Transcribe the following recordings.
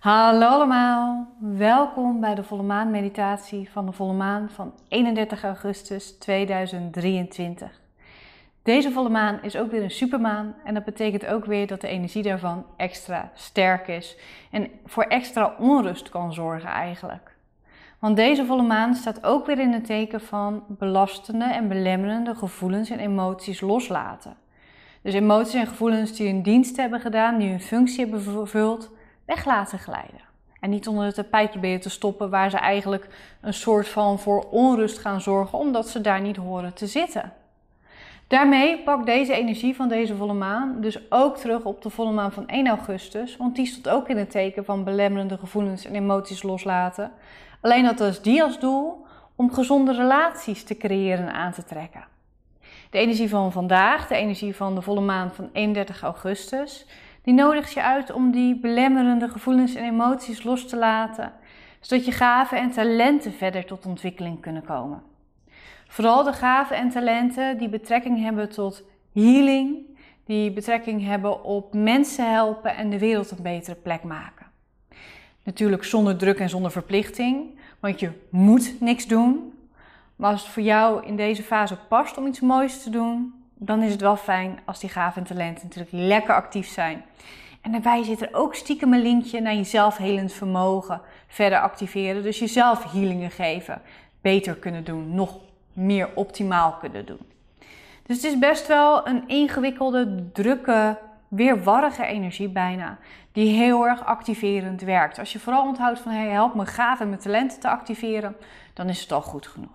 Hallo allemaal, welkom bij de volle maan meditatie van de volle maan van 31 augustus 2023. Deze volle maan is ook weer een supermaan en dat betekent ook weer dat de energie daarvan extra sterk is en voor extra onrust kan zorgen eigenlijk. Want deze volle maan staat ook weer in het teken van belastende en belemmerende gevoelens en emoties loslaten. Dus emoties en gevoelens die hun dienst hebben gedaan, die hun functie hebben vervuld, weg laten glijden. En niet onder het tapijt proberen te stoppen waar ze eigenlijk een soort van voor onrust gaan zorgen omdat ze daar niet horen te zitten. Daarmee pakt deze energie van deze volle maan dus ook terug op de volle maan van 1 augustus. Want die stond ook in het teken van belemmerende gevoelens en emoties loslaten. Alleen had dus die als doel om gezonde relaties te creëren en aan te trekken. De energie van vandaag, de energie van de volle maan van 31 augustus, die nodigt je uit om die belemmerende gevoelens en emoties los te laten, zodat je gaven en talenten verder tot ontwikkeling kunnen komen. Vooral de gaven en talenten die betrekking hebben tot healing, die betrekking hebben op mensen helpen en de wereld een betere plek maken. Natuurlijk zonder druk en zonder verplichting, want je moet niks doen. Maar als het voor jou in deze fase past om iets moois te doen, dan is het wel fijn als die gaven en talenten natuurlijk lekker actief zijn. En daarbij zit er ook stiekem een linkje naar je zelfhelend vermogen verder activeren. Dus jezelf healingen geven, beter kunnen doen, nog meer optimaal kunnen doen. Dus het is best wel een ingewikkelde, drukke, weerwarrige energie bijna, die heel erg activerend werkt. Als je vooral onthoudt van hey, help me gaven en mijn talenten te activeren, dan is het al goed genoeg.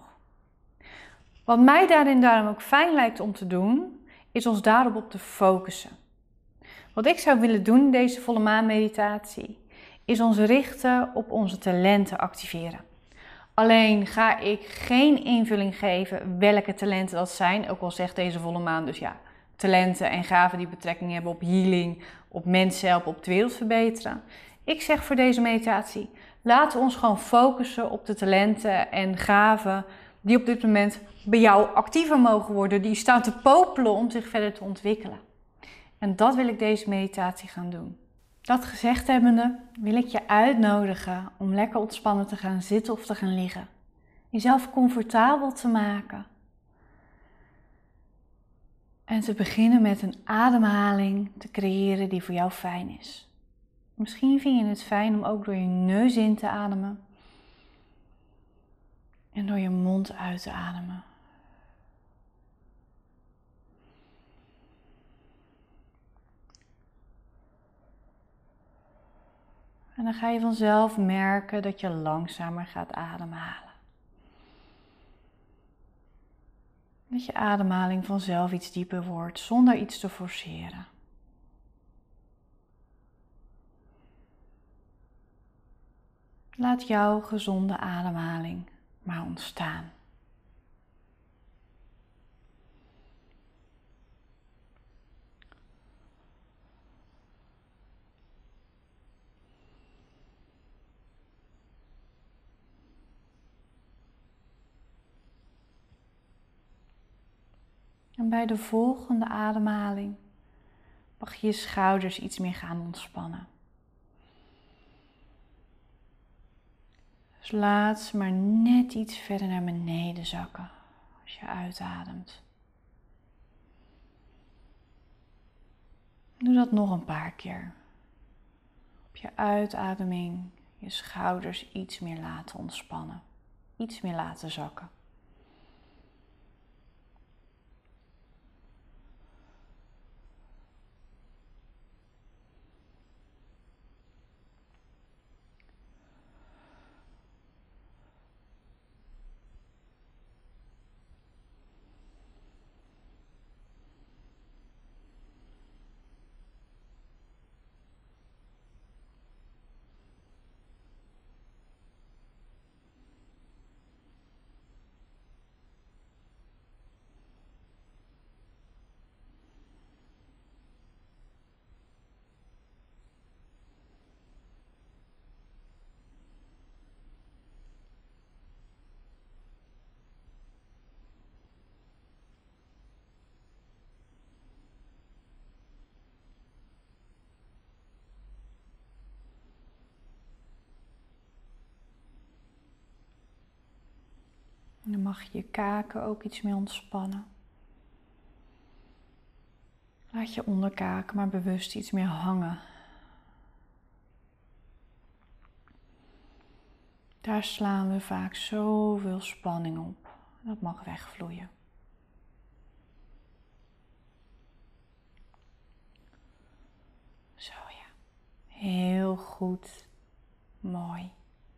Wat mij daarom ook fijn lijkt om te doen, is ons daarop op te focussen. Wat ik zou willen doen in deze volle maan meditatie, is ons richten op onze talenten activeren. Alleen ga ik geen invulling geven welke talenten dat zijn, ook al zegt deze volle maan dus ja, talenten en gaven die betrekking hebben op healing, op mensen helpen, op de wereld verbeteren. Ik zeg voor deze meditatie, laten we ons gewoon focussen op de talenten en gaven die op dit moment bij jou actiever mogen worden, die staan te popelen om zich verder te ontwikkelen. En dat wil ik deze meditatie gaan doen. Dat gezegd hebbende wil ik je uitnodigen om lekker ontspannen te gaan zitten of te gaan liggen. Jezelf comfortabel te maken. En te beginnen met een ademhaling te creëren die voor jou fijn is. Misschien vind je het fijn om ook door je neus in te ademen. En door je mond uit te ademen. En dan ga je vanzelf merken dat je langzamer gaat ademhalen. Dat je ademhaling vanzelf iets dieper wordt zonder iets te forceren. Laat jouw gezonde ademhaling maar ontstaan. En bij de volgende ademhaling mag je je schouders iets meer gaan ontspannen. Dus laat ze maar net iets verder naar beneden zakken als je uitademt. Doe dat nog een paar keer. Op je uitademing je schouders iets meer laten ontspannen, iets meer laten zakken. En dan mag je je kaken ook iets meer ontspannen. Laat je onderkaken maar bewust iets meer hangen. Daar slaan we vaak zoveel spanning op. Dat mag wegvloeien. Zo ja, heel goed, mooi.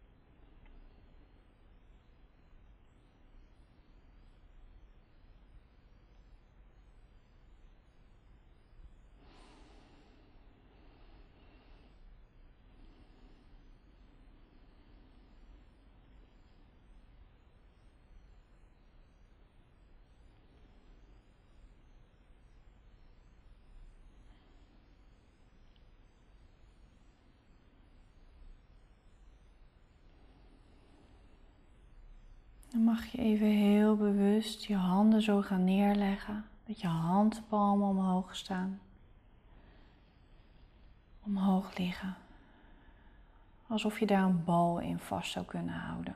Dan mag je even heel bewust je handen zo gaan neerleggen, dat je handpalmen omhoog staan. Omhoog liggen. Alsof je daar een bal in vast zou kunnen houden.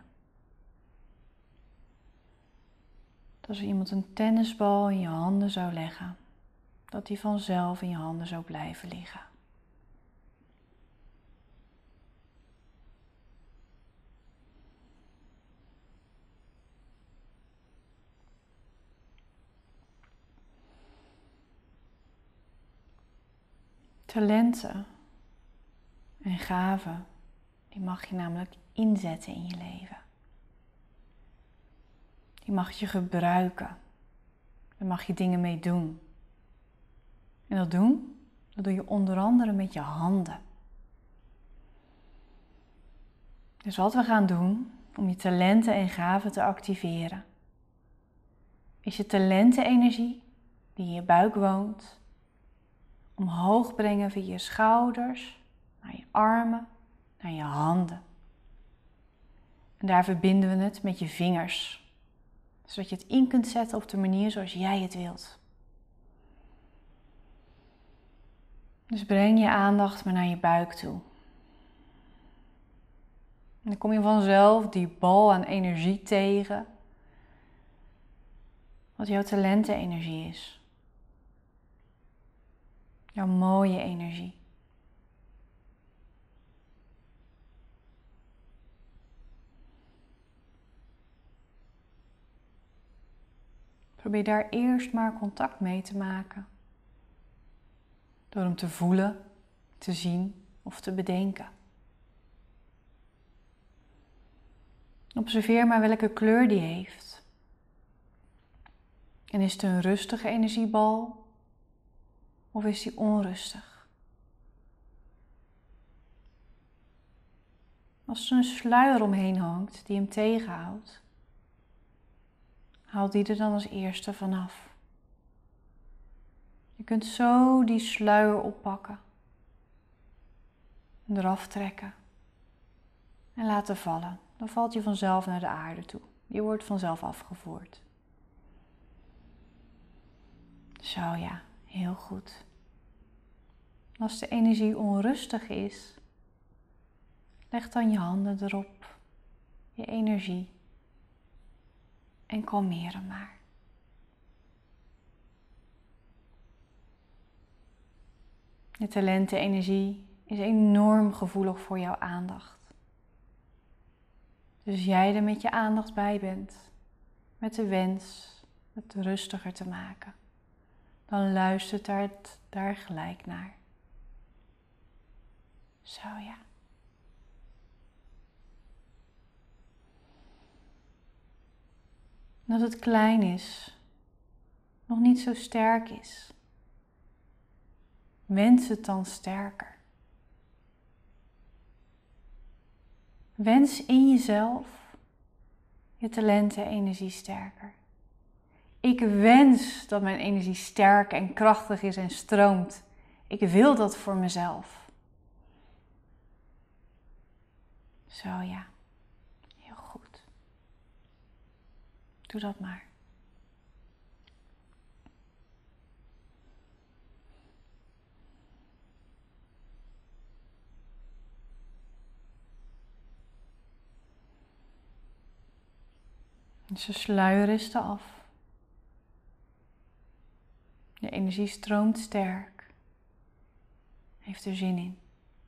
Dat als iemand een tennisbal in je handen zou leggen, dat die vanzelf in je handen zou blijven liggen. Talenten en gaven, die mag je namelijk inzetten in je leven. Die mag je gebruiken. Daar mag je dingen mee doen. En dat doe je onder andere met je handen. Dus wat we gaan doen om je talenten en gaven te activeren, is je talentenenergie die in je buik woont, omhoog brengen via je schouders, naar je armen, naar je handen. En daar verbinden we het met je vingers, zodat je het in kunt zetten op de manier zoals jij het wilt. Dus breng je aandacht maar naar je buik toe. En dan kom je vanzelf die bal aan energie tegen, wat jouw talentenenergie is. Jouw mooie energie. Probeer daar eerst maar contact mee te maken. Door hem te voelen, te zien of te bedenken. Observeer maar welke kleur die heeft. En is het een rustige energiebal of is die onrustig? Als er een sluier omheen hangt die hem tegenhoudt, haal die er dan als eerste vanaf. Je kunt zo die sluier oppakken, eraf trekken en laten vallen. Dan valt je vanzelf naar de aarde toe. Je wordt vanzelf afgevoerd. Zo ja, heel goed. Als de energie onrustig is, leg dan je handen erop, je energie en kalmeer hem maar. Je talentenenergie is enorm gevoelig voor jouw aandacht. Dus jij er met je aandacht bij bent, met de wens het rustiger te maken, dan luistert het daar gelijk naar. Zo ja. Dat het klein is, nog niet zo sterk is. Wens het dan sterker. Wens in jezelf je talenten en energie sterker. Ik wens dat mijn energie sterk en krachtig is en stroomt. Ik wil dat voor mezelf. Zo ja, heel goed. Doe dat maar. Dus de sluier is af. De energie stroomt sterk. Heeft er zin in.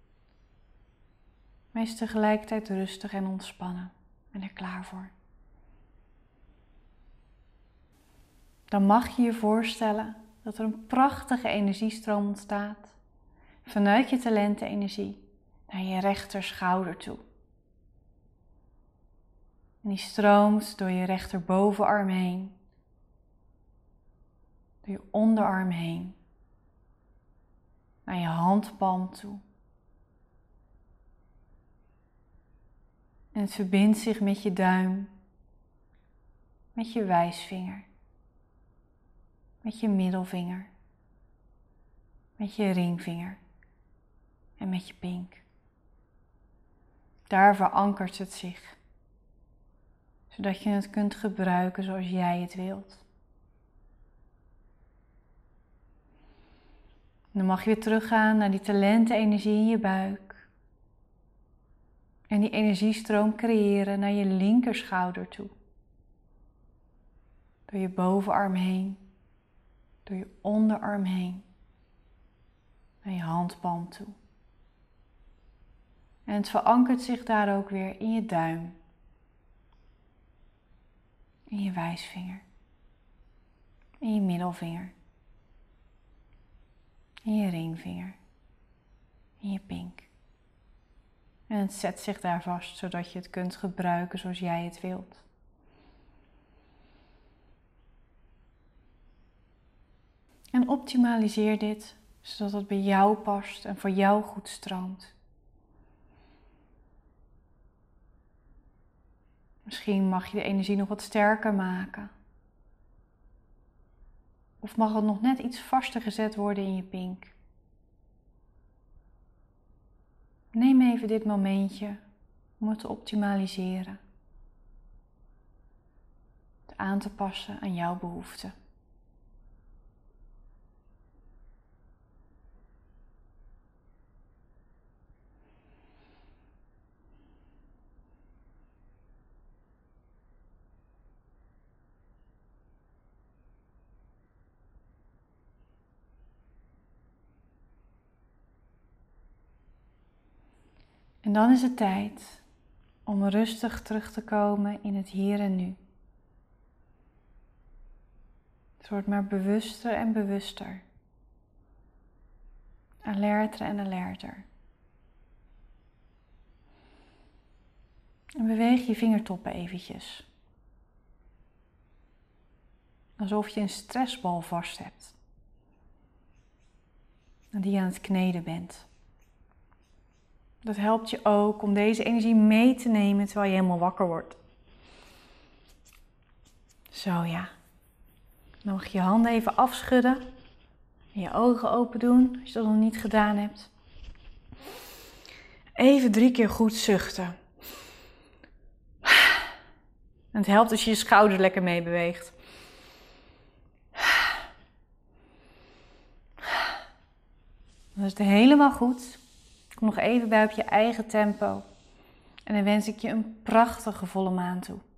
Maar is tegelijkertijd rustig en ontspannen en er klaar voor. Dan mag je je voorstellen dat er een prachtige energiestroom ontstaat vanuit je talentenenergie naar je rechterschouder toe. En die stroomt door je rechterbovenarm heen, door je onderarm heen, naar je handpalm toe. En het verbindt zich met je duim, met je wijsvinger, met je middelvinger, met je ringvinger en met je pink. Daar verankert het zich, zodat je het kunt gebruiken zoals jij het wilt. Dan mag je weer teruggaan naar die talentenenergie in je buik. En die energiestroom creëren naar je linkerschouder toe. Door je bovenarm heen, door je onderarm heen, naar je handpalm toe. En het verankert zich daar ook weer in je duim, in je wijsvinger, in je middelvinger, in je ringvinger, in je pink. En het zet zich daar vast, zodat je het kunt gebruiken zoals jij het wilt. En optimaliseer dit, zodat het bij jou past en voor jou goed stroomt. Misschien mag je de energie nog wat sterker maken. Of mag het nog net iets vaster gezet worden in je pink. Neem even dit momentje om het te optimaliseren. Het aan te passen aan jouw behoeften. En dan is het tijd om rustig terug te komen in het hier en nu. Het wordt maar bewuster en bewuster. Alerter en alerter. En beweeg je vingertoppen eventjes. Alsof je een stressbal vast hebt. En die je aan het kneden bent. Dat helpt je ook om deze energie mee te nemen terwijl je helemaal wakker wordt. Zo ja. Dan mag je je handen even afschudden. En je ogen open doen als je dat nog niet gedaan hebt. Even 3 keer goed zuchten. En het helpt als je je schouder lekker mee beweegt. Dan is het helemaal goed. Kom nog even bij op je eigen tempo. En dan wens ik je een prachtige volle maan toe.